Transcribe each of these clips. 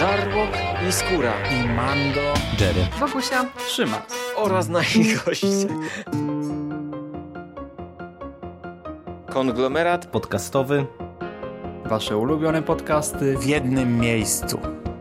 Żarłok i Skóra i Mando, Jerry, Wokusia, Szymas oraz nasi goście. Konglomerat podcastowy. Wasze ulubione podcasty w jednym miejscu.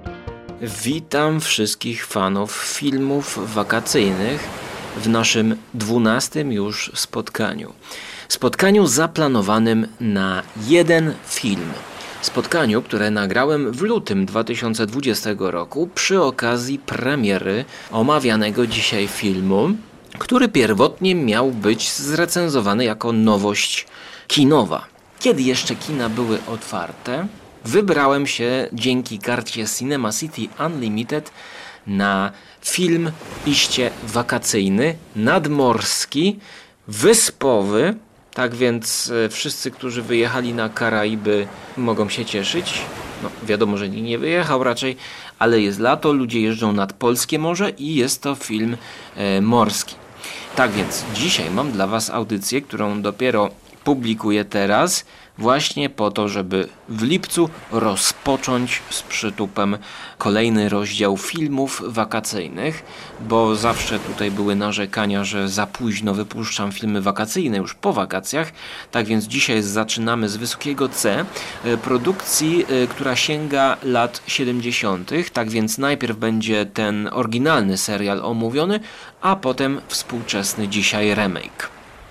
Witam wszystkich fanów filmów wakacyjnych w naszym 12. już spotkaniu. Spotkaniu zaplanowanym na jeden film. Spotkaniu, które nagrałem w lutym 2020 roku przy okazji premiery omawianego dzisiaj filmu, który pierwotnie miał być zrecenzowany jako nowość kinowa. Kiedy jeszcze kina były otwarte, wybrałem się dzięki karcie Cinema City Unlimited na film iście wakacyjny, nadmorski, wyspowy. Tak więc wszyscy, którzy wyjechali na Karaiby, mogą się cieszyć. No, wiadomo, że nikt nie wyjechał raczej, ale jest lato, ludzie jeżdżą nad polskie morze i jest to film morski. Tak więc dzisiaj mam dla Was audycję, którą dopiero publikuję teraz, właśnie po to, żeby w lipcu rozpocząć z przytupem kolejny rozdział filmów wakacyjnych, bo zawsze tutaj były narzekania, że za późno wypuszczam filmy wakacyjne już po wakacjach. Tak więc dzisiaj zaczynamy z wysokiego C, produkcji, która sięga lat 70. Tak więc najpierw będzie ten oryginalny serial omówiony, a potem współczesny dzisiaj remake.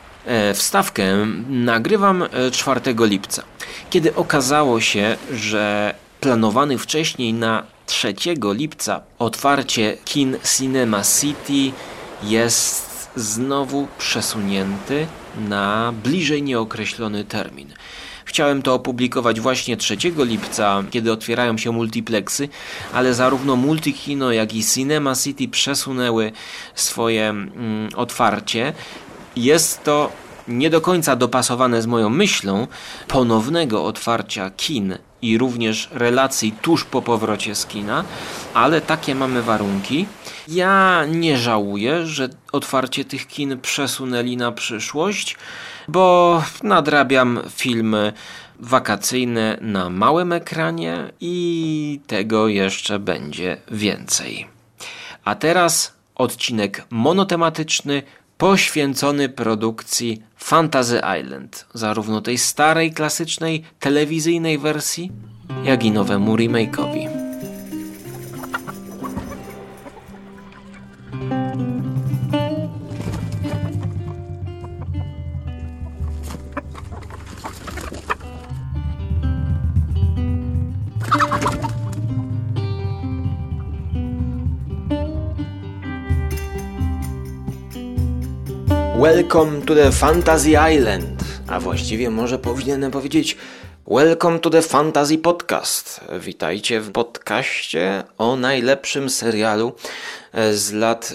Wstawkę nagrywam 4 lipca, kiedy okazało się, że planowany wcześniej na 3 lipca otwarcie kin Cinema City jest znowu przesunięty na bliżej nieokreślony termin. Chciałem to opublikować właśnie 3 lipca, kiedy otwierają się multiplexy, ale zarówno Multikino, jak i Cinema City przesunęły swoje otwarcie. Jest to nie do końca dopasowane z moją myślą ponownego otwarcia kin i również relacji tuż po powrocie z kina, ale takie mamy warunki. Ja nie żałuję, że otwarcie tych kin przesunęli na przyszłość, bo nadrabiam filmy wakacyjne na małym ekranie i tego jeszcze będzie więcej. A teraz odcinek monotematyczny poświęcony produkcji Fantasy Island, zarówno tej starej, klasycznej, telewizyjnej wersji, jak i nowemu remake'owi. Welcome to the Fantasy Island, a właściwie może powinienem powiedzieć Welcome to the Fantasy Podcast. Witajcie w podcaście o najlepszym serialu z lat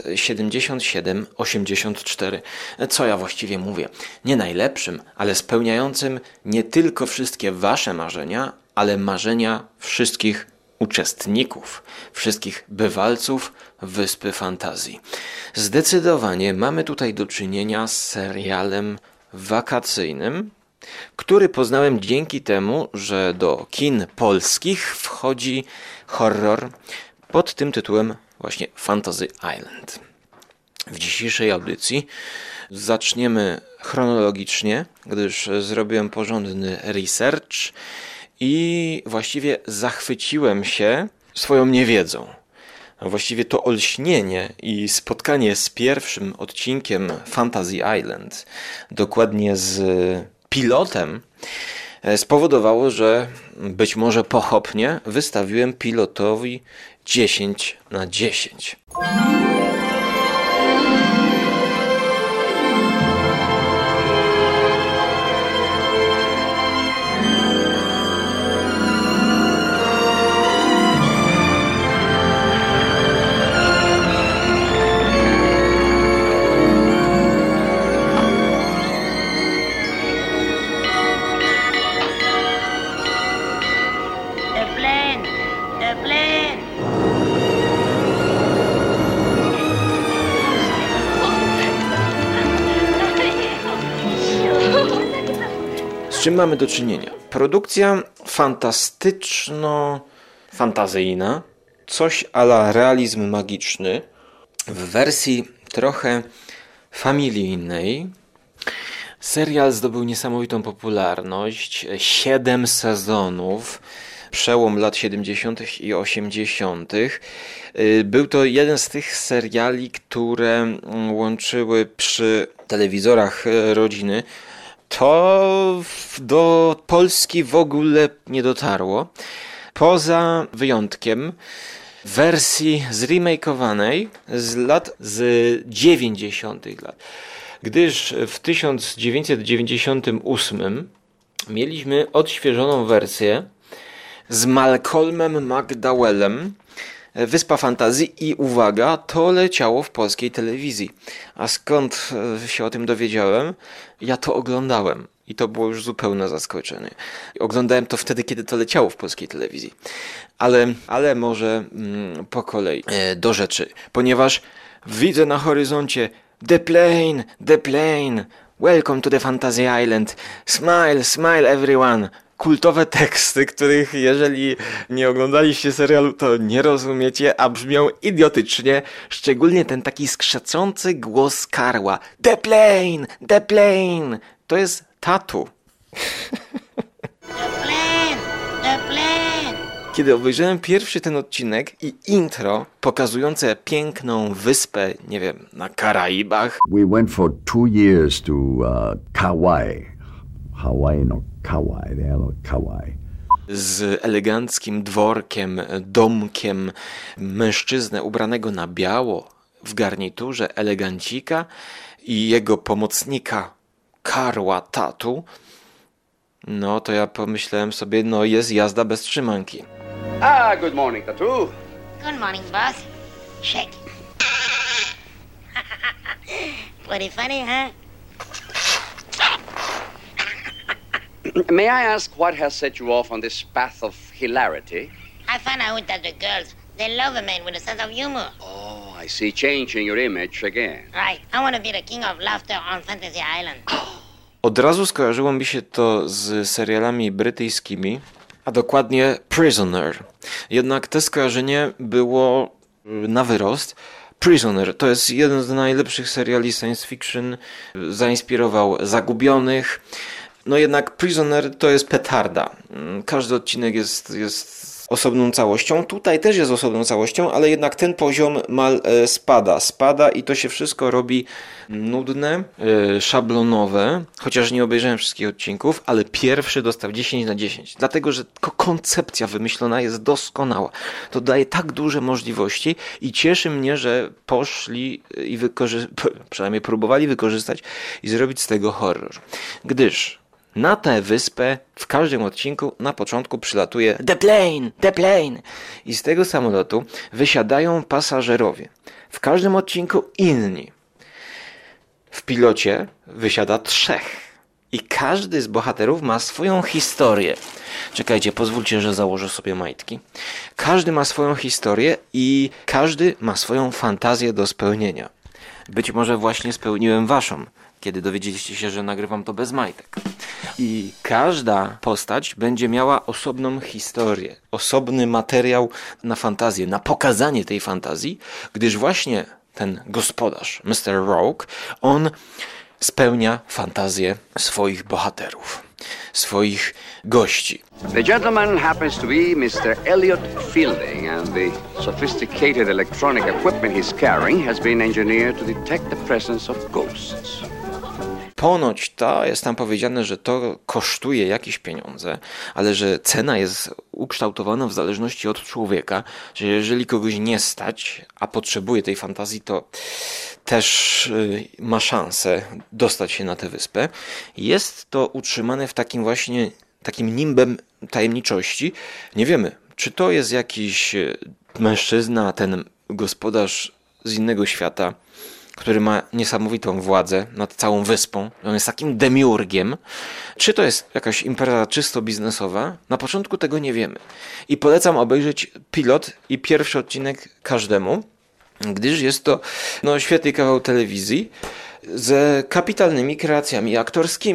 77-84. Co ja właściwie mówię? Nie najlepszym, ale spełniającym nie tylko wszystkie wasze marzenia, ale marzenia wszystkich uczestników, wszystkich bywalców Wyspy Fantazji. Zdecydowanie mamy tutaj do czynienia z serialem wakacyjnym, który poznałem dzięki temu, że do kin polskich wchodzi horror pod tym tytułem właśnie Fantasy Island. W dzisiejszej audycji zaczniemy chronologicznie, gdyż zrobiłem porządny research i właściwie zachwyciłem się swoją niewiedzą. A właściwie to olśnienie i spotkanie z pierwszym odcinkiem Fantasy Island, dokładnie z pilotem, spowodowało, że być może pochopnie wystawiłem pilotowi 10/10. Z czym mamy do czynienia? Produkcja fantastyczno-fantazyjna, coś a la realizm magiczny w wersji trochę familijnej. Serial zdobył niesamowitą popularność. 7 sezonów. Przełom lat 70. i 80. Był to jeden z tych seriali, które łączyły przy telewizorach rodziny. To do Polski w ogóle nie dotarło. Poza wyjątkiem wersji zremakeowanej z 90. lat. Gdyż w 1998 mieliśmy odświeżoną wersję z Malcolmem McDowellem, Wyspa Fantazji i uwaga, to leciało w polskiej telewizji. A skąd się o tym dowiedziałem? Ja to oglądałem i to było już zupełne zaskoczenie. Oglądałem to wtedy, kiedy to leciało w polskiej telewizji. Ale może po kolei do rzeczy, ponieważ widzę na horyzoncie The plane, welcome to the Fantasy Island, smile everyone. Kultowe teksty, których jeżeli nie oglądaliście serialu, to nie rozumiecie, a brzmią idiotycznie, szczególnie ten taki skrzeczący głos karła. The plane, to jest tatu. The plane. Kiedy obejrzałem pierwszy ten odcinek i intro pokazujące piękną wyspę, nie wiem, na Karaibach. We went for 2 years to Kauai. Hawaii, no Kauai, they are Kauai. Z eleganckim dworkiem, domkiem, mężczyznę ubranego na biało, w garniturze elegancika i jego pomocnika karła tatu. No to ja pomyślałem sobie, no jest jazda bez trzymanki. Good morning, Tatu. Good morning, boss. Shake. Pretty funny, huh? May I ask what has set you off on this path of hilarity? I found out that the girls, they love a man with a sense of humor. Oh, I see. Changing your image again. Right. I want to be the king of laughter on Fantasy Island. Od razu skojarzyło mi się to z serialami brytyjskimi, a dokładnie Prisoner. Jednak to skojarzenie było na wyrost. Prisoner to jest jeden z najlepszych seriali science fiction. Zainspirował Zagubionych. No jednak Prisoner to jest petarda. Każdy odcinek jest osobną całością. Tutaj też jest osobną całością, ale jednak ten poziom spada i to się wszystko robi nudne, szablonowe, chociaż nie obejrzałem wszystkich odcinków, ale pierwszy dostał 10/10, dlatego że koncepcja wymyślona jest doskonała. To daje tak duże możliwości i cieszy mnie, że poszli i przynajmniej próbowali wykorzystać i zrobić z tego horror. Gdyż na tę wyspę w każdym odcinku na początku przylatuje The plane i z tego samolotu wysiadają pasażerowie. W każdym odcinku inni. W pilocie wysiada 3 i każdy z bohaterów ma swoją historię. Czekajcie, pozwólcie, że założę sobie majtki. Każdy ma swoją historię i każdy ma swoją fantazję do spełnienia. Być może właśnie spełniłem waszą, kiedy dowiedzieliście się, że nagrywam to bez majtek. I każda postać będzie miała osobną historię, osobny materiał na fantazję, na pokazanie tej fantazji, gdyż właśnie ten gospodarz, Mr. Rogue, on spełnia fantazję swoich bohaterów, swoich gości. The gentleman happens to be Mr. Elliot Fielding, and the sophisticated electronic equipment he's carrying has been engineered to detect the presence of ghosts. Ponoć jest tam powiedziane, że to kosztuje jakieś pieniądze, ale że cena jest ukształtowana w zależności od człowieka, że jeżeli kogoś nie stać, a potrzebuje tej fantazji, to też ma szansę dostać się na tę wyspę. Jest to utrzymane w takim nimbem tajemniczości. Nie wiemy, czy to jest jakiś mężczyzna, ten gospodarz z innego świata, który ma niesamowitą władzę nad całą wyspą. On jest takim demiurgiem. Czy to jest jakaś impreza czysto biznesowa? Na początku tego nie wiemy. I polecam obejrzeć pilot i pierwszy odcinek każdemu, gdyż jest to świetny kawał telewizji z kapitalnymi kreacjami aktorskimi.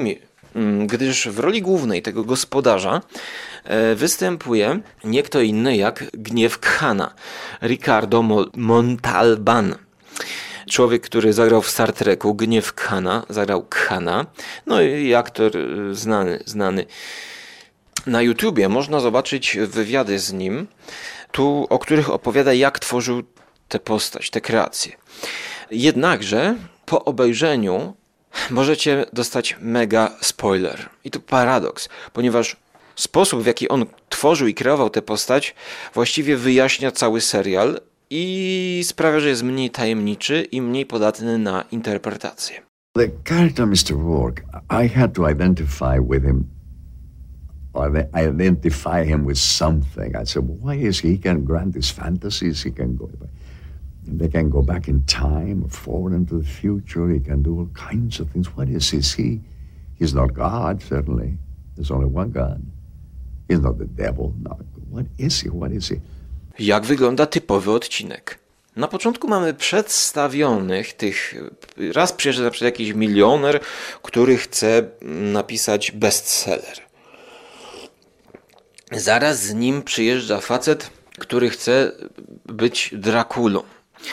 gdyż w roli głównej tego gospodarza występuje nie kto inny jak Gniew Khana, Ricardo Montalban. Człowiek, który zagrał w Star Treku Gniew Khana, zagrał Khana, no i aktor znany. Na YouTubie można zobaczyć wywiady z nim, o których opowiada, jak tworzył tę postać, tę kreację. Jednakże po obejrzeniu możecie dostać mega spoiler. I to paradoks, ponieważ sposób, w jaki on tworzył i kreował tę postać, właściwie wyjaśnia cały serial i sprawia, że jest mniej tajemniczy i mniej podatny na interpretację. The character Mr. Rourke, I had to identify with him. Identify him with something. I said, why is he can grant his fantasies? They can go back in time, or forward into the future. He can do all kinds of things. What is he? He's not God, certainly. There's only one God. He's not the devil. No. What is he? Jak wygląda typowy odcinek? Na początku mamy przedstawionych tych, raz przyjeżdża na przykład jakiś milioner, który chce napisać bestseller. Zaraz z nim przyjeżdża facet, który chce być Drakulą.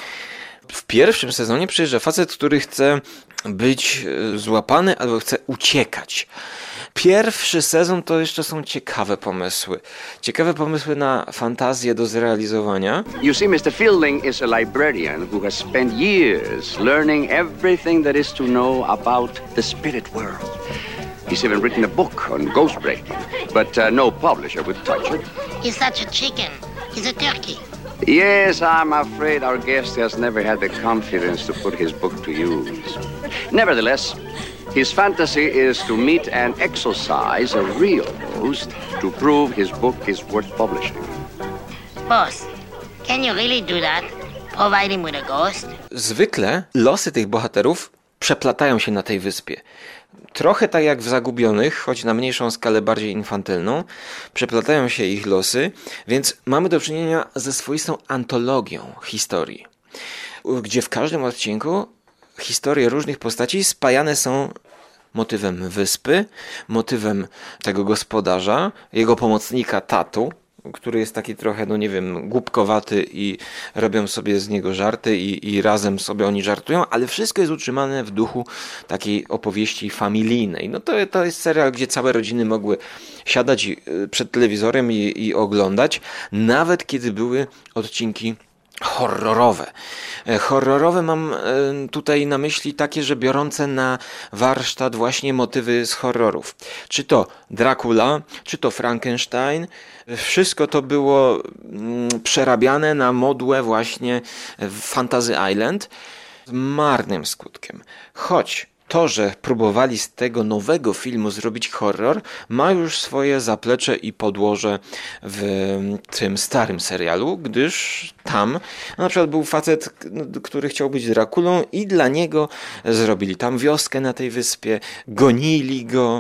W pierwszym sezonie przyjeżdża facet, który chce być złapany albo chce uciekać. Pierwszy sezon to jeszcze są ciekawe pomysły. Ciekawe pomysły na fantazję do zrealizowania. You see, Mr. Fielding is a librarian who has spent years learning everything there is to know about the spirit world. He's even written a book on ghost breaking, but no publisher would touch it. He's such a chicken. He's a turkey. Yes, I'm afraid our guest has never had the confidence to put his book to use. Nevertheless, his fantasy is to meet and exorcise a real ghost to prove his book is worth publishing. Boss, can you really do that? Provide him with a ghost? Zwykle losy tych bohaterów przeplatają się na tej wyspie. Trochę tak jak w Zagubionych, choć na mniejszą skalę, bardziej infantylną, przeplatają się ich losy, więc mamy do czynienia ze swoistą antologią historii, gdzie w każdym odcinku historie różnych postaci spajane są motywem wyspy, motywem tego gospodarza, jego pomocnika Tatu, który jest taki trochę, głupkowaty i robią sobie z niego żarty i razem sobie oni żartują, ale wszystko jest utrzymane w duchu takiej opowieści familijnej. No to jest serial, gdzie całe rodziny mogły siadać przed telewizorem i oglądać, nawet kiedy były odcinki horrorowe. Horrorowe mam tutaj na myśli takie, że biorące na warsztat właśnie motywy z horrorów. Czy to Dracula, czy to Frankenstein, wszystko to było przerabiane na modłę właśnie Fantasy Island z marnym skutkiem. Choć to, że próbowali z tego nowego filmu zrobić horror, ma już swoje zaplecze i podłoże w tym starym serialu, gdyż tam na przykład był facet, który chciał być Drakulą i dla niego zrobili tam wioskę na tej wyspie, gonili go,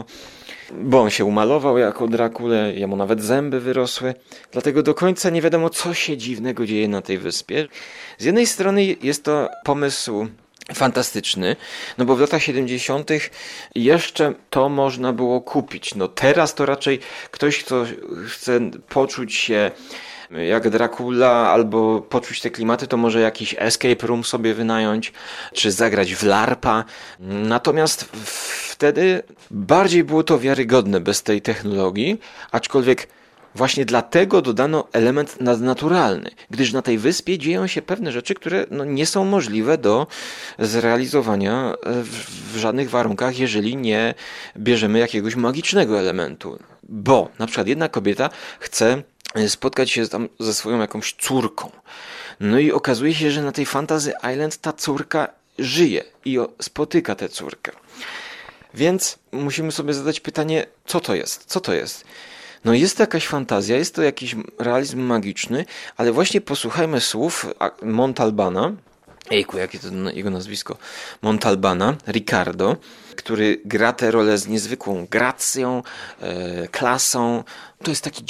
bo on się umalował jako Drakulę, jemu nawet zęby wyrosły, dlatego do końca nie wiadomo, co się dziwnego dzieje na tej wyspie. Z jednej strony jest to pomysł fantastyczny, bo w latach 70. jeszcze to można było kupić. Teraz to raczej ktoś, kto chce poczuć się jak Dracula albo poczuć te klimaty, to może jakiś escape room sobie wynająć, czy zagrać w LARPa. Natomiast wtedy bardziej było to wiarygodne bez tej technologii, aczkolwiek właśnie dlatego dodano element nadnaturalny, gdyż na tej wyspie dzieją się pewne rzeczy, które nie są możliwe do zrealizowania w żadnych warunkach, jeżeli nie bierzemy jakiegoś magicznego elementu. Bo na przykład jedna kobieta chce spotkać się tam ze swoją jakąś córką. I okazuje się, że na tej Fantasy Island ta córka żyje i spotyka tę córkę. Więc musimy sobie zadać pytanie, co to jest? Co to jest? Jest to jakaś fantazja, jest to jakiś realizm magiczny, ale właśnie posłuchajmy słów Montalbana, jakie to jego nazwisko, Montalbana, Ricardo, który gra tę rolę z niezwykłą gracją, klasą. To jest taki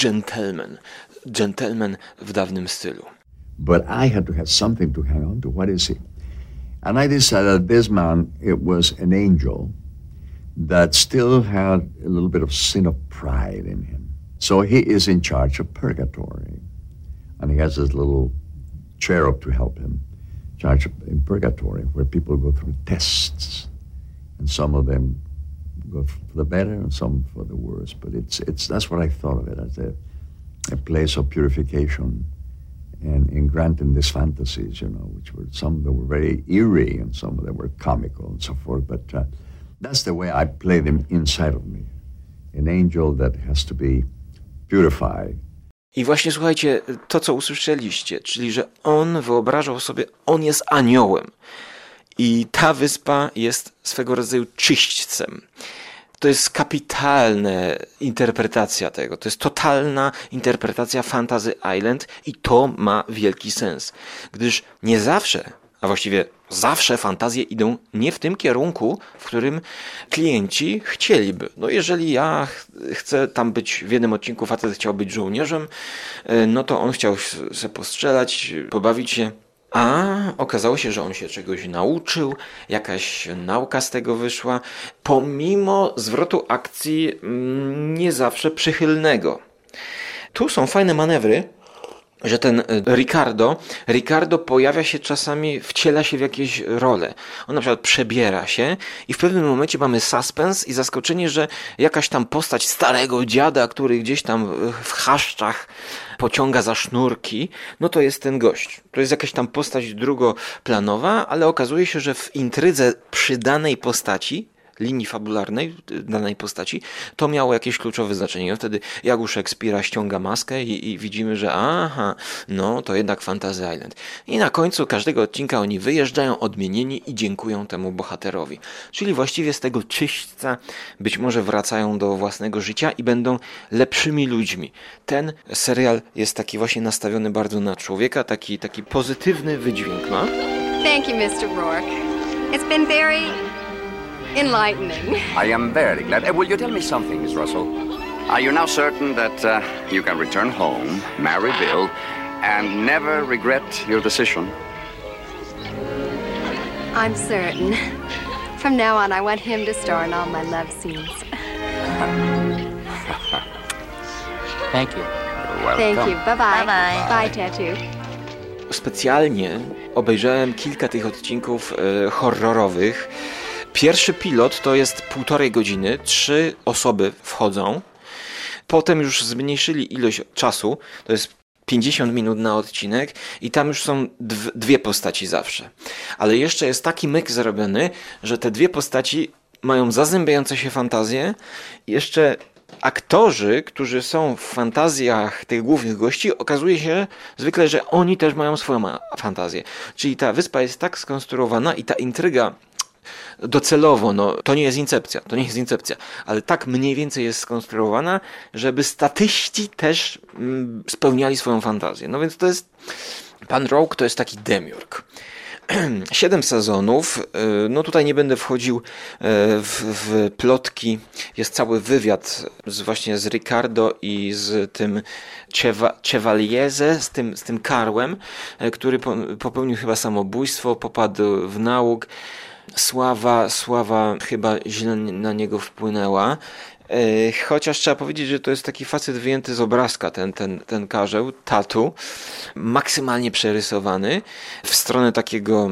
gentleman w dawnym stylu. But I had to have something to hang on to. What is he? And I decided this man, it was an angel that still had a little bit of sin of pride in him. So he is in charge of purgatory. And he has this little cherub to help him, in purgatory, where people go through tests. And some of them go for the better and some for the worse. But that's what I thought of it, as a place of purification and in granting these fantasies, which were some that were very eerie and some that were comical and so forth. But that's the way I play them inside of me. An angel that has to be purified. I właśnie słuchajcie, to co usłyszeliście, czyli że on wyobrażał sobie, on jest aniołem. I ta wyspa jest swego rodzaju czyśćcem. To jest kapitalna interpretacja tego. To jest totalna interpretacja Fantasy Island i to ma wielki sens. Gdyż nie zawsze, a właściwie zawsze fantazje idą nie w tym kierunku, w którym klienci chcieliby. No jeżeli ja chcę tam być w jednym odcinku, facet chciał być żołnierzem, no to on chciał sobie postrzelać, pobawić się. A okazało się, że on się czegoś nauczył, jakaś nauka z tego wyszła, pomimo zwrotu akcji nie zawsze przychylnego. Tu są fajne manewry, że ten Ricardo pojawia się czasami, wciela się w jakieś role. On na przykład przebiera się i w pewnym momencie mamy suspens i zaskoczenie, że jakaś tam postać starego dziada, który gdzieś tam w chaszczach pociąga za sznurki, no to jest ten gość. To jest jakaś tam postać drugoplanowa, ale okazuje się, że w intrydze przy danej postaci, linii fabularnej danej postaci, to miało jakieś kluczowe znaczenie. Wtedy jak u Szekspira ściąga maskę i widzimy, że no to jednak Fantasy Island. I na końcu każdego odcinka oni wyjeżdżają odmienieni i dziękują temu bohaterowi. Czyli właściwie z tego czyśćca być może wracają do własnego życia i będą lepszymi ludźmi. Ten serial jest taki właśnie nastawiony bardzo na człowieka, taki pozytywny wydźwięk ma. Thank you, Mr. Rourke. It's been very enlightening. I am very glad. Will you tell me something, Miss Russell? Are you now certain that you can return home, marry Bill, and never regret your decision? I'm certain. From now on, I want him to star in all my love scenes. Thank you. You're welcome. Thank you. Bye-bye. Bye-bye. Bye, Tattoo. Specjalnie obejrzałem kilka tych odcinków horrorowych. Pierwszy pilot to jest 1,5 godziny, 3 osoby wchodzą. Potem już zmniejszyli ilość czasu, to jest 50 minut na odcinek i tam już są dwie postaci zawsze. Ale jeszcze jest taki myk zrobiony, że te dwie postaci mają zazębiające się fantazje. Jeszcze aktorzy, którzy są w fantazjach tych głównych gości, okazuje się zwykle, że oni też mają swoją fantazję. Czyli ta wyspa jest tak skonstruowana i ta intryga docelowo, to nie jest incepcja, ale tak mniej więcej jest skonstruowana, żeby statyści też spełniali swoją fantazję. No więc to jest, Pan Rourke to jest taki demiurg. 7 sezonów, no tutaj nie będę wchodził w plotki, jest cały wywiad właśnie z Ricardo i z tym Chevalieze, z tym Karłem, który popełnił chyba samobójstwo, popadł w nałóg. Sława chyba źle na niego wpłynęła. Chociaż trzeba powiedzieć, że to jest taki facet wyjęty z obrazka, ten karzeł, Tattoo, maksymalnie przerysowany w stronę takiego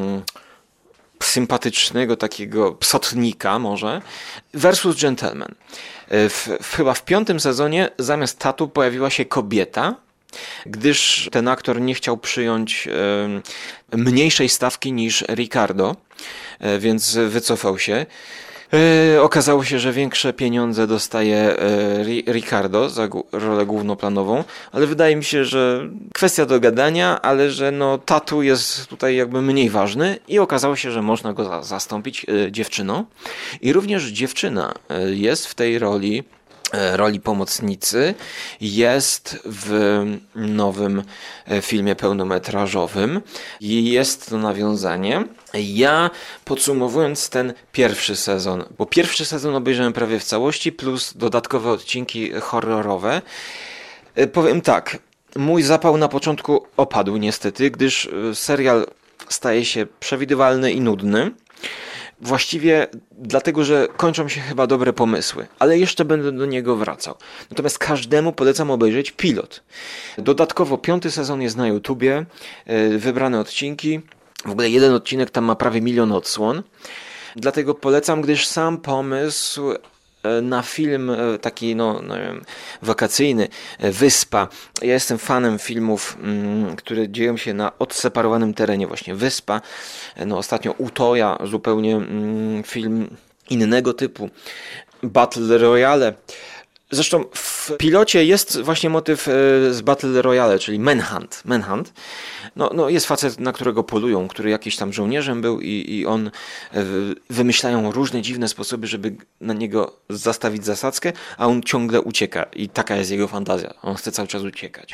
sympatycznego, takiego psotnika może, versus Gentleman. Chyba w 5. sezonie zamiast Tattoo pojawiła się kobieta, gdyż ten aktor nie chciał przyjąć mniejszej stawki niż Ricardo, więc wycofał się. Okazało się, że większe pieniądze dostaje Ricardo za rolę głównoplanową, ale wydaje mi się, że kwestia dogadania, ale że Tattoo jest tutaj jakby mniej ważny i okazało się, że można go zastąpić dziewczyną. I również dziewczyna jest w tej roli pomocnicy, jest w nowym filmie pełnometrażowym i jest to nawiązanie. Ja podsumowując ten pierwszy sezon, bo pierwszy sezon obejrzałem prawie w całości, plus dodatkowe odcinki horrorowe, powiem tak, mój zapał na początku opadł niestety, gdyż serial staje się przewidywalny i nudny. właściwie dlatego, że kończą się chyba dobre pomysły, ale jeszcze będę do niego wracał. Natomiast każdemu polecam obejrzeć pilot. Dodatkowo 5. sezon jest na YouTubie, wybrane odcinki. W ogóle jeden odcinek tam ma prawie 1 000 000 odsłon. Dlatego polecam, gdyż sam pomysł na film taki, no nie wiem, wakacyjny, Wyspa. Ja jestem fanem filmów, które dzieją się na odseparowanym terenie, właśnie Wyspa. No ostatnio Utoja, zupełnie film innego typu. Battle Royale. Zresztą w pilocie jest właśnie motyw z Battle Royale, czyli Manhunt. No jest facet, na którego polują, który jakiś tam żołnierzem był i on wymyślają różne dziwne sposoby, żeby na niego zastawić zasadzkę, a on ciągle ucieka i taka jest jego fantazja. On chce cały czas uciekać.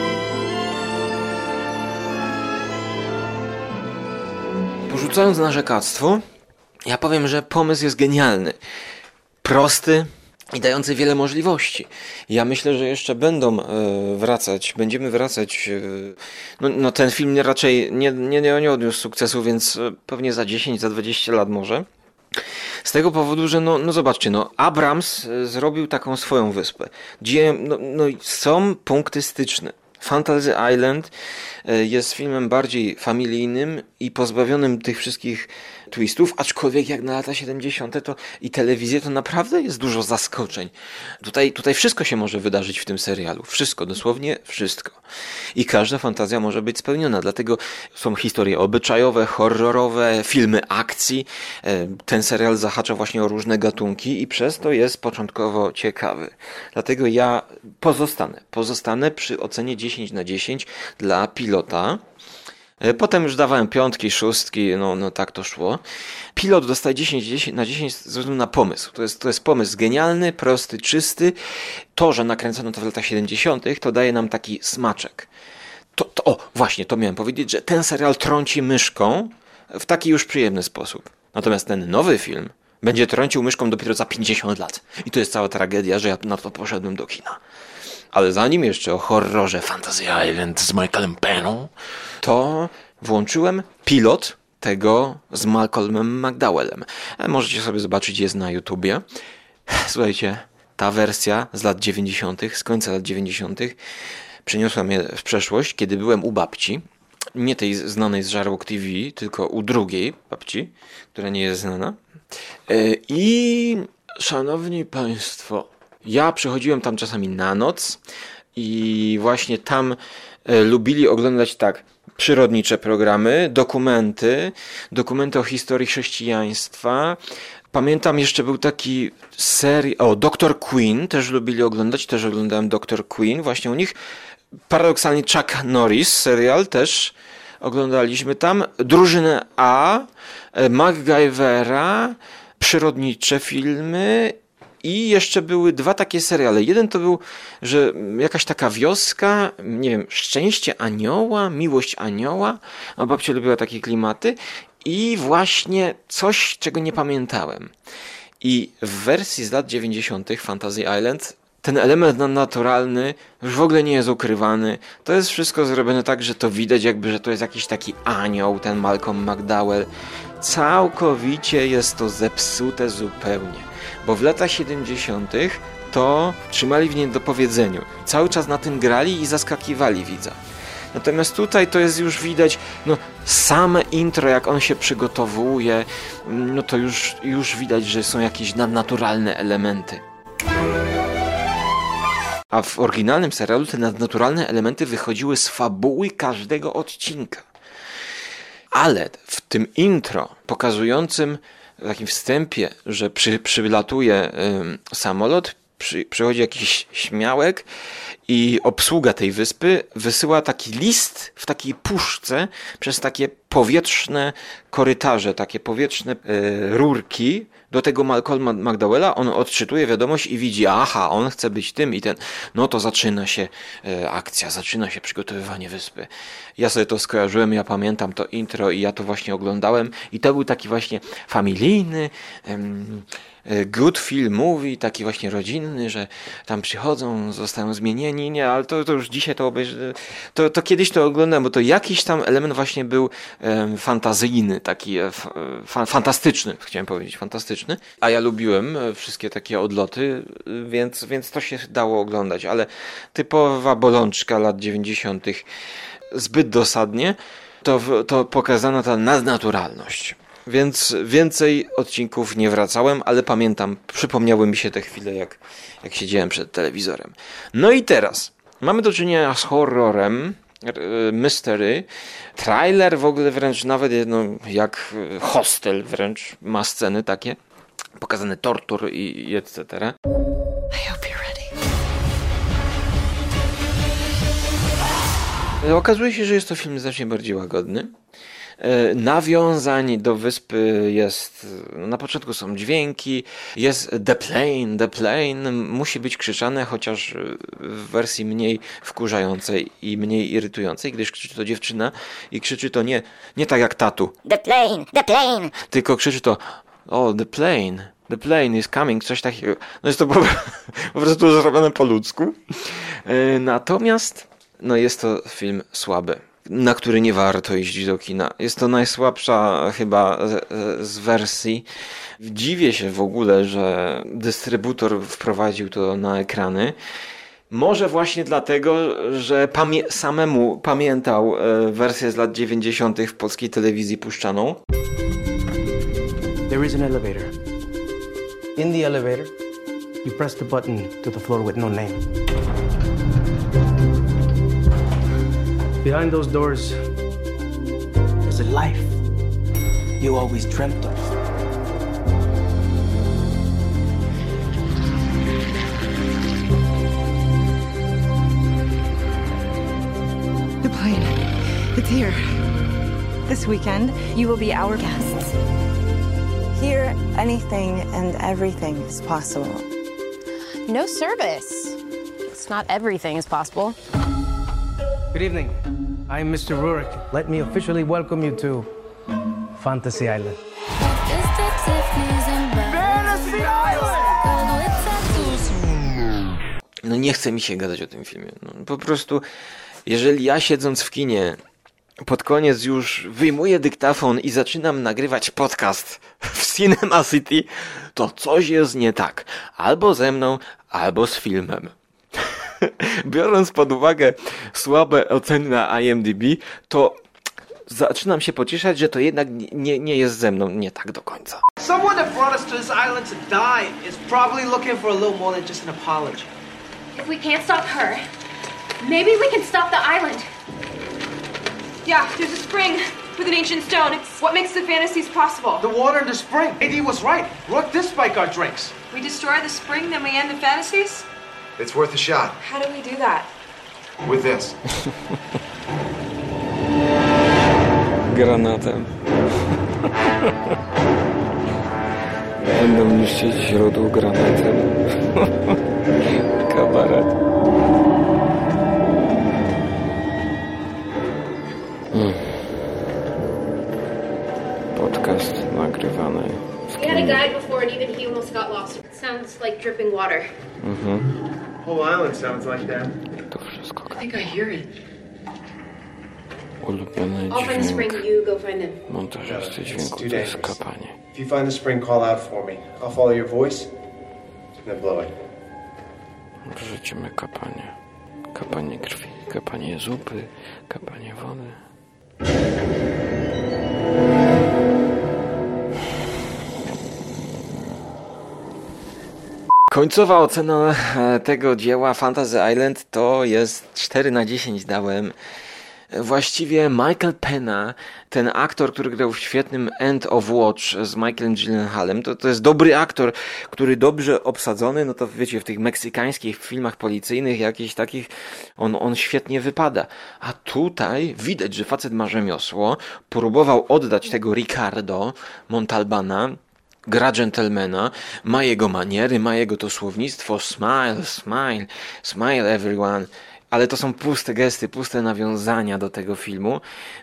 Porzucając narzekactwo, ja powiem, że pomysł jest genialny. Prosty i dający wiele możliwości. Ja myślę, że jeszcze będziemy wracać. No ten film raczej nie odniósł sukcesu, więc pewnie za 10, za 20 lat może. Z tego powodu, że no zobaczcie, Abrams zrobił taką swoją wyspę, gdzie są punkty styczne. Fantasy Island jest filmem bardziej familijnym i pozbawionym tych wszystkich twistów, aczkolwiek jak na lata 70. to i telewizję, to naprawdę jest dużo zaskoczeń. Tutaj wszystko się może wydarzyć w tym serialu. Wszystko, dosłownie wszystko. I każda fantazja może być spełniona. Dlatego są historie obyczajowe, horrorowe, filmy akcji. Ten serial zahacza właśnie o różne gatunki i przez to jest początkowo ciekawy. Dlatego ja pozostanę przy ocenie 10/10 dla pilota. Potem już dawałem 5, 6, no tak to szło. Pilot dostaje 10/10 ze względu na pomysł. To jest pomysł genialny, prosty, czysty. To, że nakręcono to w latach 70., to daje nam taki smaczek. Właśnie, to miałem powiedzieć, że ten serial trąci myszką w taki już przyjemny sposób. Natomiast ten nowy film będzie trącił myszką dopiero za 50 lat. I to jest cała tragedia, że ja na to poszedłem do kina. Ale zanim jeszcze o horrorze Fantasy Island z Michaelem Peną, to włączyłem pilot tego z Malcolmem McDowellem. Możecie sobie zobaczyć, jest na YouTubie. Słuchajcie, ta wersja z lat 90., z końca lat 90., przeniosła mnie w przeszłość, kiedy byłem u babci. Nie tej znanej z Żarłok TV, tylko u drugiej babci, która nie jest znana. I szanowni państwo, ja przychodziłem tam czasami na noc i właśnie tam lubili oglądać przyrodnicze programy, dokumenty o historii chrześcijaństwa. Pamiętam, jeszcze był taki Dr. Queen też lubili oglądać, też oglądałem Dr. Queen, właśnie u nich. Paradoksalnie Chuck Norris serial też oglądaliśmy tam. Drużynę A, MacGyvera, przyrodnicze filmy. I jeszcze były 2 takie seriale. Jeden to był, że jakaś taka wioska, nie wiem, Szczęście Anioła, Miłość Anioła, a babcia lubiła takie klimaty i właśnie coś, czego nie pamiętałem. I w wersji z lat 90. Fantasy Island ten element nadnaturalny już w ogóle nie jest ukrywany. To jest wszystko zrobione tak, że to widać jakby, że to jest jakiś taki anioł, ten Malcolm McDowell. Całkowicie jest to zepsute zupełnie. Bo w latach 70. to trzymali w niedopowiedzeniu. Cały czas na tym grali i zaskakiwali widza. Natomiast tutaj to jest już widać, same intro, jak on się przygotowuje, to już widać, że są jakieś nadnaturalne elementy. A w oryginalnym serialu te nadnaturalne elementy wychodziły z fabuły każdego odcinka. Ale w tym intro pokazującym w takim wstępie, że przylatuje samolot, przychodzi jakiś śmiałek i obsługa tej wyspy wysyła taki list w takiej puszce przez takie powietrzne korytarze, takie powietrzne rurki do tego Malcolma McDowella. On odczytuje wiadomość i widzi, aha, on chce być tym i ten. No to zaczyna się akcja, zaczyna się przygotowywanie wyspy. Ja sobie to skojarzyłem, ja pamiętam to intro i ja to właśnie oglądałem i to był taki właśnie familijny, good film movie, taki właśnie rodzinny, że tam przychodzą, zostają zmienieni, nie, ale to już dzisiaj to obejrzę, to kiedyś to oglądam, bo to jakiś tam element właśnie był fantazyjny, taki fantastyczny, chciałem powiedzieć, fantastyczny. A ja lubiłem wszystkie takie odloty, więc to się dało oglądać, ale typowa bolączka lat 90. zbyt dosadnie, to pokazano ta nadnaturalność. Więc więcej odcinków nie wracałem, ale pamiętam, przypomniały mi się te chwile, jak siedziałem przed telewizorem. No i teraz mamy do czynienia z horrorem, mystery. Trailer w ogóle wręcz nawet jak Hostel wręcz ma sceny takie, pokazane tortur i etc. Okazuje się, że jest to film znacznie bardziej łagodny. Nawiązań do wyspy jest, na początku są dźwięki, jest The Plane musi być krzyczane, chociaż w wersji mniej wkurzającej i mniej irytującej, gdyż krzyczy to dziewczyna i krzyczy to nie tak jak tatu. The plane! Tylko krzyczy to, the plane is coming, coś takiego. No jest to po prostu zrobione po ludzku. Natomiast jest to film słaby, na który nie warto iść do kina. Jest to najsłabsza chyba z wersji. Dziwię się w ogóle, że dystrybutor wprowadził to na ekrany. Może właśnie dlatego, że samemu pamiętał wersję z lat 90. w polskiej telewizji puszczaną. There is an elevator. In the elevator, you press the button to the floor with no name. Behind those doors, there's a life you always dreamt of. The plane. It's here. This weekend, you will be our guests. Here, anything and everything is possible. No service. It's not everything is possible. Good evening. I'm Mr. Rurik. Let me officially welcome you to Fantasy Island. Fantasy Island! No nie chce mi się gadać o tym filmie. Po prostu, jeżeli ja siedząc w kinie pod koniec już wyjmuję dyktafon i zaczynam nagrywać podcast w Cinema City, to coś jest nie tak. Albo ze mną, albo z filmem. Biorąc pod uwagę słabe oceny na IMDb, to zaczynam się pocieszać, że to jednak nie jest ze mną nie tak do końca. Someone that brought us to this island to die is probably looking for a little more than just an apology. If we can't stop her, maybe we can stop the island. Yeah, there's a spring with an ancient stone. It's what makes the fantasies possible. The water in the spring. AD was right. Rook did spike our drinks. We destroy the spring, then we end the fantasies? It's worth a shot. How do we do that? With this. Granatem. Będą niszczyć źródło granatem. Kabaret. Podcast nagrywany w We had a guide before and even he almost got lost. It sounds like dripping water. Whole island sounds like that. To wszystko. I think I hear it. Ulubiony I'll find the spring, dźwięk you go find them. montażysty dźwięku to jest kapanie. If you find the spring, call out for me. I'll follow your voice and then blow it. Wrzucimy kapanie. Kapanie krwi, kapanie zupy, kapanie wody. Końcowa ocena tego dzieła Fantasy Island to jest 4/10 dałem. Właściwie Michael Pena, ten aktor, który grał w świetnym End of Watch z Michaelem Gyllenhaalem, to jest dobry aktor, który dobrze obsadzony, no to wiecie, w tych meksykańskich filmach policyjnych jakichś takich, on świetnie wypada. A tutaj widać, że facet ma rzemiosło, próbował oddać tego Ricardo Montalbana, gra dżentelmena, ma jego maniery, ma jego to słownictwo, smile, smile, smile everyone, ale to są puste gesty, puste nawiązania do tego filmu.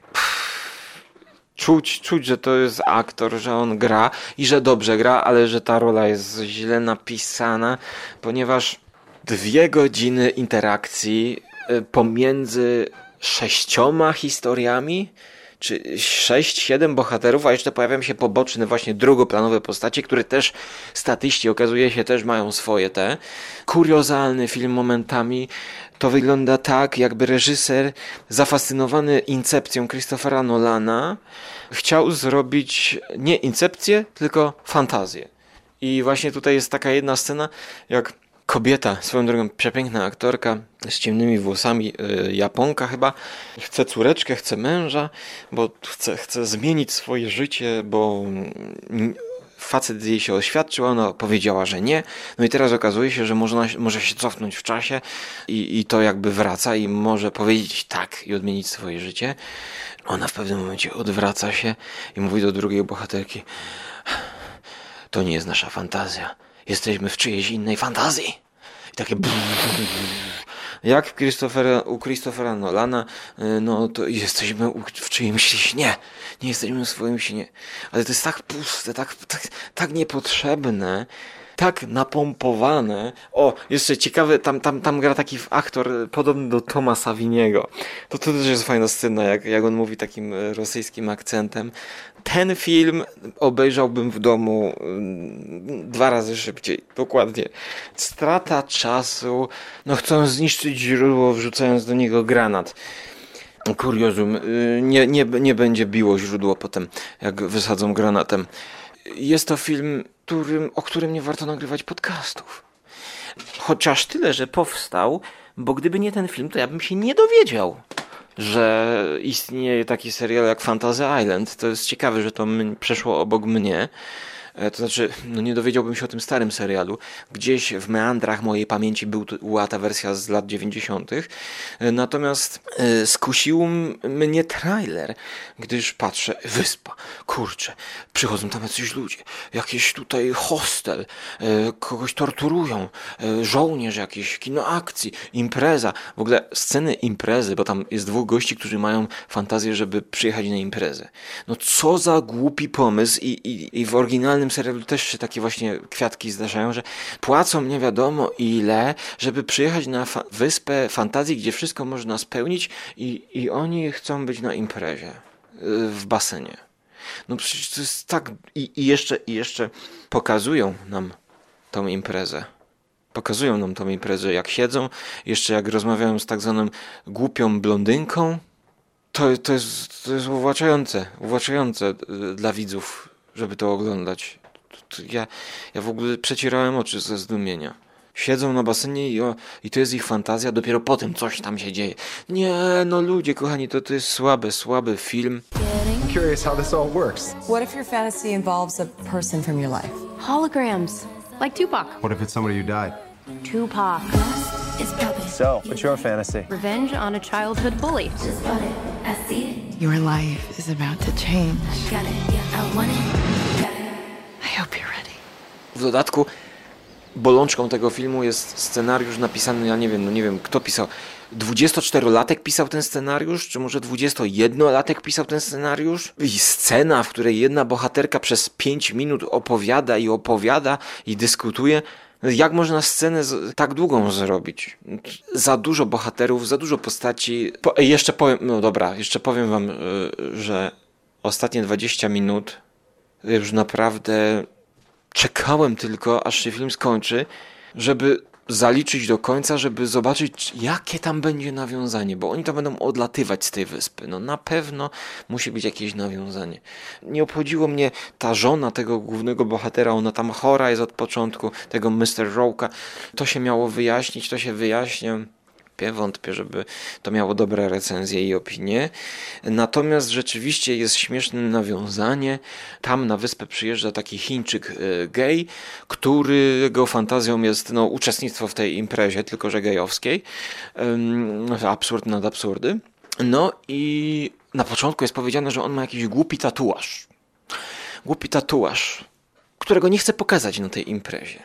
Czuć, że to jest aktor, że on gra i że dobrze gra, ale że ta rola jest źle napisana, ponieważ 2 godziny interakcji pomiędzy 6 historiami, czy 6-7 bohaterów, a jeszcze pojawiają się poboczne, właśnie drugoplanowe postacie, które też statyści, okazuje się, też mają swoje te. Kuriozalny film momentami. To wygląda tak, jakby reżyser zafascynowany Incepcją Christophera Nolana chciał zrobić nie Incepcję, tylko fantazję. I właśnie tutaj jest taka jedna scena, jak kobieta, swoją drogą przepiękna aktorka z ciemnymi włosami, Japonka chyba, chce córeczkę, chce męża, bo chce zmienić swoje życie, bo facet jej się oświadczył, ona powiedziała, że nie. No i teraz okazuje się, że może się cofnąć w czasie i to jakby wraca i może powiedzieć tak i odmienić swoje życie. Ona w pewnym momencie odwraca się i mówi do drugiej bohaterki: to nie jest nasza fantazja. Jesteśmy w czyjejś innej fantazji. I takie jak u Christophera Nolana, no to jesteśmy w czyimś śnie. Nie jesteśmy w swoim śnie. Ale to jest tak puste, tak niepotrzebne, tak napompowane. O, jeszcze ciekawe, tam gra taki aktor podobny do Toma Saviniego. To też jest fajna scena, jak on mówi takim rosyjskim akcentem. Ten film obejrzałbym w domu 2 razy szybciej. Dokładnie. Strata czasu. No chcą zniszczyć źródło, wrzucając do niego granat. Kuriozum. Nie będzie biło źródło potem, jak wysadzą granatem. Jest to film, o którym nie warto nagrywać podcastów. Chociaż tyle, że powstał, bo gdyby nie ten film, to ja bym się nie dowiedział, że istnieje taki serial jak Fantasy Island. To jest ciekawe, że to przeszło obok mnie. To znaczy, no nie dowiedziałbym się o tym starym serialu. Gdzieś w meandrach mojej pamięci była ta wersja z lat 90. Natomiast skusił mnie trailer, gdyż patrzę, wyspa, kurczę, przychodzą tam jacyś ludzie, jakiś tutaj hostel, kogoś torturują, żołnierz jakiś, kino akcji, impreza. W ogóle sceny imprezy, bo tam jest 2 gości, którzy mają fantazję, żeby przyjechać na imprezę. No co za głupi pomysł i w oryginalnym serialu też się takie właśnie kwiatki zdarzają, że płacą nie wiadomo ile, żeby przyjechać na wyspę fantazji, gdzie wszystko można spełnić i oni chcą być na imprezie w basenie. No przecież to jest tak... I jeszcze pokazują nam tą imprezę. Pokazują nam tą imprezę, jak siedzą, jeszcze jak rozmawiają z tak zwaną głupią blondynką. To jest uwłaczające dla widzów, żeby to oglądać. Ja w ogóle przecierałem oczy ze zdumienia. Siedzą na basenie i to jest ich fantazja, dopiero potem coś tam się dzieje. Nie, no ludzie kochani, to jest słaby film. I'm curious how this all works. What if your fantasy involves a person from your life? Holograms, like Tupac. What if it's somebody who died? Tupac. So, what's your fantasy? Revenge on a childhood bully. Your life is about to change. I hope you're ready. W dodatku bolączką tego filmu jest scenariusz napisany, ja nie wiem kto pisał. 24-latek pisał ten scenariusz, czy może 21-latek pisał ten scenariusz? I scena, w której jedna bohaterka przez 5 minut opowiada i dyskutuje. Jak można scenę tak długą zrobić? Za dużo bohaterów, za dużo postaci. Jeszcze powiem wam, że ostatnie 20 minut już naprawdę czekałem tylko, aż się film skończy, żeby zaliczyć do końca, żeby zobaczyć, jakie tam będzie nawiązanie, bo oni to będą odlatywać z tej wyspy. No na pewno musi być jakieś nawiązanie. Nie obchodziło mnie ta żona tego głównego bohatera, ona tam chora jest od początku, tego Mr. Rourke'a. To się miało wyjaśnić, to się wyjaśnia. Wątpię, żeby to miało dobre recenzje i opinie. Natomiast rzeczywiście jest śmieszne nawiązanie. Tam na wyspę przyjeżdża taki Chińczyk gej, którego fantazją jest uczestnictwo w tej imprezie, tylko że gejowskiej. Absurd nad absurdy. No i na początku jest powiedziane, że on ma jakiś głupi tatuaż. Głupi tatuaż, którego nie chce pokazać na tej imprezie.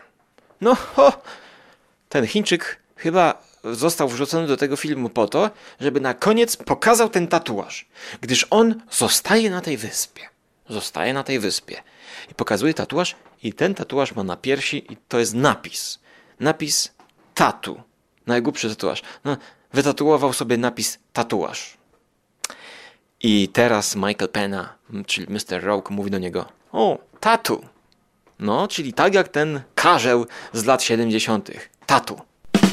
Ten Chińczyk chyba został wrzucony do tego filmu po to, żeby na koniec pokazał ten tatuaż, gdyż on zostaje na tej wyspie. I pokazuje tatuaż i ten tatuaż ma na piersi i to jest napis tatu, najgłupszy tatuaż. Wytatuował sobie napis tatuaż. I teraz Michael Pena, czyli Mr. Rogue, mówi do niego: o, tatu. No, czyli tak jak ten karzeł z lat 70. Tatu.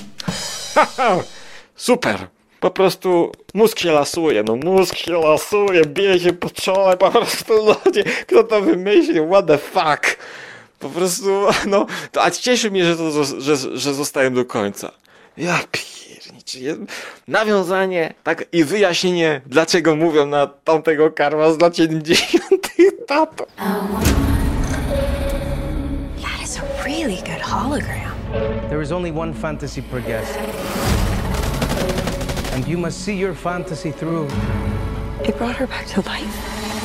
Super. Po prostu mózg się lasuje, bije się po czole, po prostu, kto to wymyślił, what the fuck. Po prostu, a cieszy mnie, że zostałem do końca. Ja pierniczę. Nawiązanie, tak, i wyjaśnienie, dlaczego mówią na tamtego karła z lat 70. Tato. That is a really good hologram. There is only one fantasy per guest. And you must see your fantasy through. It brought her back to life.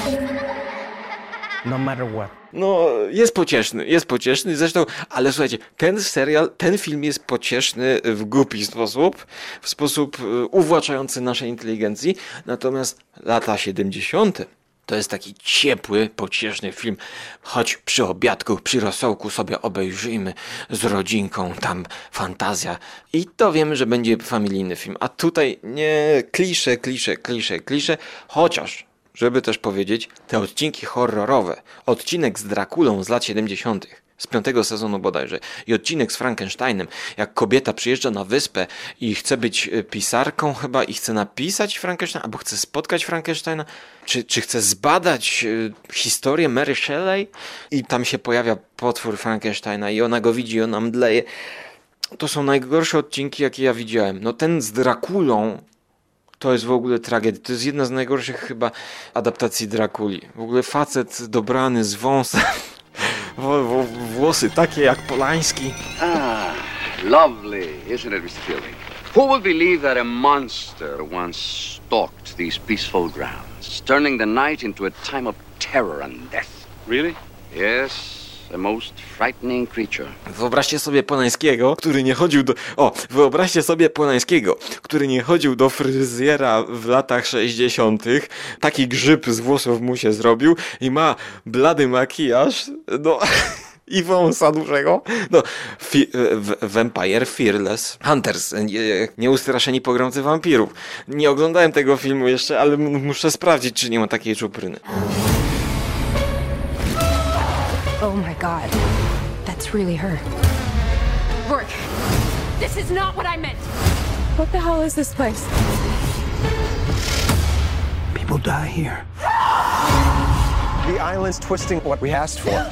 No matter what. No, jest pocieszny zresztą, ale słuchajcie, ten film jest pocieszny w głupi sposób, w sposób uwłaczający naszej inteligencji, natomiast lata 70. to jest taki ciepły, pocieszny film. Choć przy obiadku, przy rosołku sobie obejrzyjmy z rodzinką, tam fantazja i to wiemy, że będzie familijny film, a tutaj nie, klisze, chociaż żeby też powiedzieć, te odcinki horrorowe, odcinek z Drakulą z lat 70., z 5. sezonu bodajże, i odcinek z Frankensteinem, jak kobieta przyjeżdża na wyspę i chce być pisarką chyba i chce napisać Frankensteina, albo chce spotkać Frankensteina, czy chce zbadać historię Mary Shelley i tam się pojawia potwór Frankensteina i ona go widzi i ona mdleje. To są najgorsze odcinki, jakie ja widziałem. No ten z Drakulą to jest w ogóle tragedia. To jest jedna z najgorszych chyba adaptacji Drakuli. W ogóle facet dobrany z wąsem. Włosy takie jak Polański. Ah, lovely, isn't it, Mr. Fielding? Who would believe that a monster once stalked these peaceful grounds, turning the night into a time of terror and death? Really? Yes. The most frightening creature. Wyobraźcie sobie Polańskiego, który nie chodził do fryzjera w latach 60. Taki grzyb z włosów mu się zrobił i ma blady makijaż, i wąsa dużego. Vampire Fearless Hunters, nieustraszeni pogromcy wampirów. Nie oglądałem tego filmu jeszcze, ale muszę sprawdzić, czy nie ma takiej czupryny. Oh my God. That's really her. Rourke, this is not what I meant. What the hell is this place? People die here. The island's twisting what we asked for.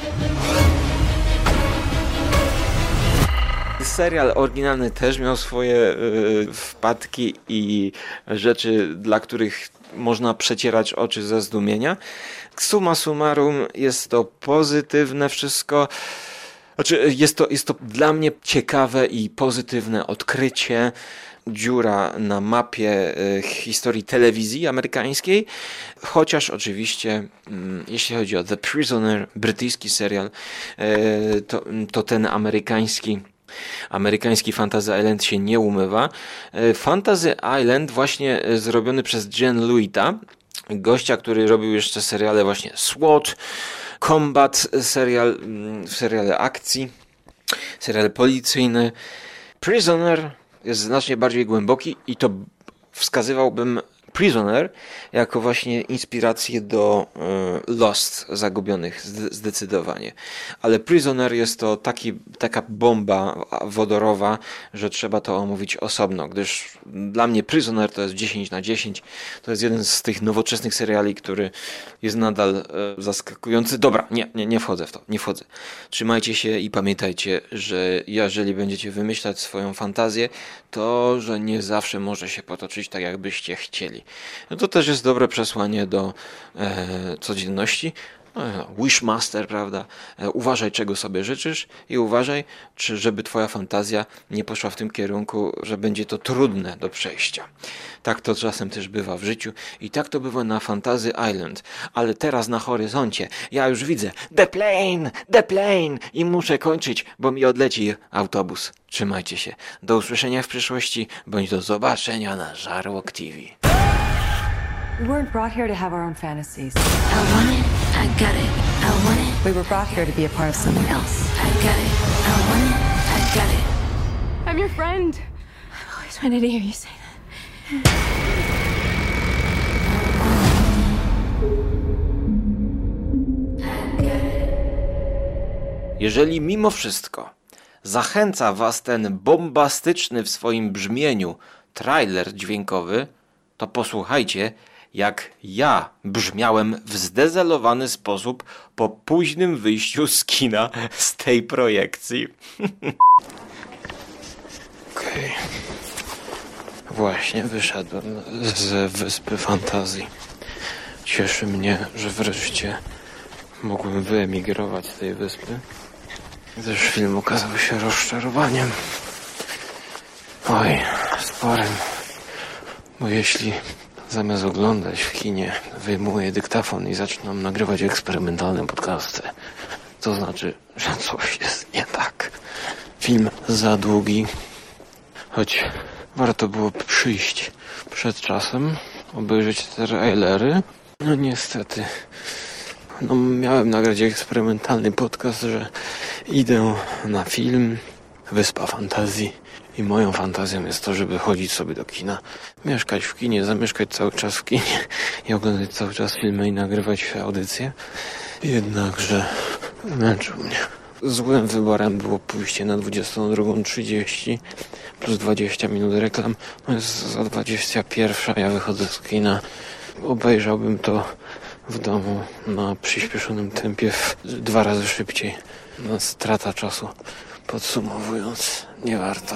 Serial oryginalny też miał swoje wpadki i rzeczy, dla których można przecierać oczy ze zdumienia. Summa summarum jest to pozytywne wszystko. Znaczy jest to dla mnie ciekawe i pozytywne odkrycie. Dziura na mapie historii telewizji amerykańskiej. Chociaż oczywiście jeśli chodzi o The Prisoner, brytyjski serial, to ten amerykański Fantasy Island się nie umywa. Fantasy Island właśnie zrobiony przez Jen Luita, gościa, który robił jeszcze seriale właśnie SWAT, Combat, seriale akcji, seriale policyjne. Prisoner jest znacznie bardziej głęboki i to wskazywałbym Prisoner jako właśnie inspirację do Lost, Zagubionych, zdecydowanie. Ale Prisoner jest to taka bomba wodorowa, że trzeba to omówić osobno, gdyż dla mnie Prisoner to jest 10/10. To jest jeden z tych nowoczesnych seriali, który jest nadal zaskakujący. Dobra, nie wchodzę w to, nie wchodzę. Trzymajcie się i pamiętajcie, że jeżeli będziecie wymyślać swoją fantazję, to, że nie zawsze może się potoczyć tak, jakbyście chcieli. No to też jest dobre przesłanie do codzienności. Wishmaster, prawda? Uważaj, czego sobie życzysz i uważaj, żeby twoja fantazja nie poszła w tym kierunku, że będzie to trudne do przejścia. Tak to czasem też bywa w życiu i tak to bywa na Fantasy Island. Ale teraz na horyzoncie ja już widzę The Plane i muszę kończyć, bo mi odleci autobus. Trzymajcie się. Do usłyszenia w przyszłości, bądź do zobaczenia na Żarłok TV. We weren't brought here to have our own fantasies. I want it, I got it. I want it. We were brought here to be a part of something else. I got it. I want it, I got it. I'm your friend. I've always wanted to hear you say that. Jeżeli mimo wszystko zachęca Was ten bombastyczny w swoim brzmieniu trailer dźwiękowy, to posłuchajcie, jak ja brzmiałem w zdezelowany sposób po późnym wyjściu z kina z tej projekcji. Okej. Właśnie wyszedłem z Wyspy Fantazji. Cieszy mnie, że wreszcie mogłem wyemigrować z tej wyspy. Gdyż film okazał się rozczarowaniem. Oj, sporym. Bo jeśli zamiast oglądać w kinie wyjmuję dyktafon i zaczynam nagrywać eksperymentalne podcasty, to znaczy, że coś jest nie tak. Film za długi, choć warto było przyjść przed czasem, obejrzeć te trailery. No niestety, miałem nagrać eksperymentalny podcast, że idę na film Wyspa Fantazji i moją fantazją jest to, żeby chodzić sobie do kina, mieszkać w kinie, zamieszkać cały czas w kinie i oglądać cały czas filmy i nagrywać audycje. Jednakże męczył mnie. Złym wyborem było pójście na 22:30 plus 20 minut reklam. Jest za 21, ja wychodzę z kina. Obejrzałbym to w domu na przyspieszonym tempie 2 razy szybciej. Strata czasu. Podsumowując, nie warto.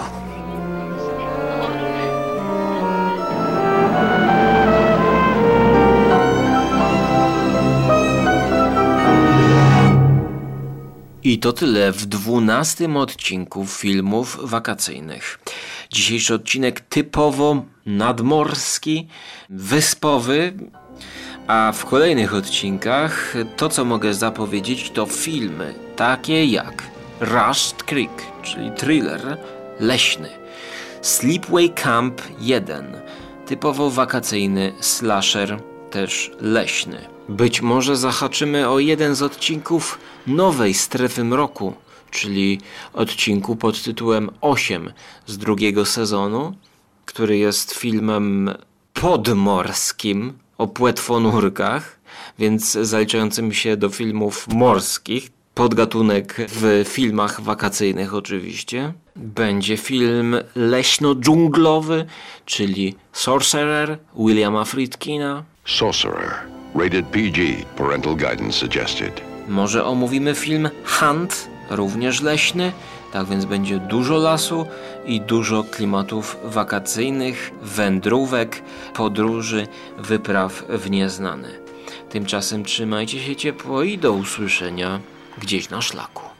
I to tyle w 12. odcinku filmów wakacyjnych. Dzisiejszy odcinek typowo nadmorski, wyspowy, a w kolejnych odcinkach to, co mogę zapowiedzieć, to filmy takie jak Rust Creek, czyli thriller leśny, Sleepaway Camp 1, typowo wakacyjny slasher, też leśny. Być może zahaczymy o jeden z odcinków nowej Strefy Mroku, czyli odcinku pod tytułem 8 z 2. sezonu, który jest filmem podmorskim o płetwonurkach, więc zaliczającym się do filmów morskich, podgatunek w filmach wakacyjnych oczywiście. Będzie film leśno-dżunglowy, czyli Sorcerer Williama Friedkina. Sorcerer. Rated PG. Parental guidance suggested. Może omówimy film Hunt, również leśny, tak więc będzie dużo lasu i dużo klimatów wakacyjnych, wędrówek, podróży, wypraw w nieznane. Tymczasem trzymajcie się ciepło i do usłyszenia gdzieś na szlaku.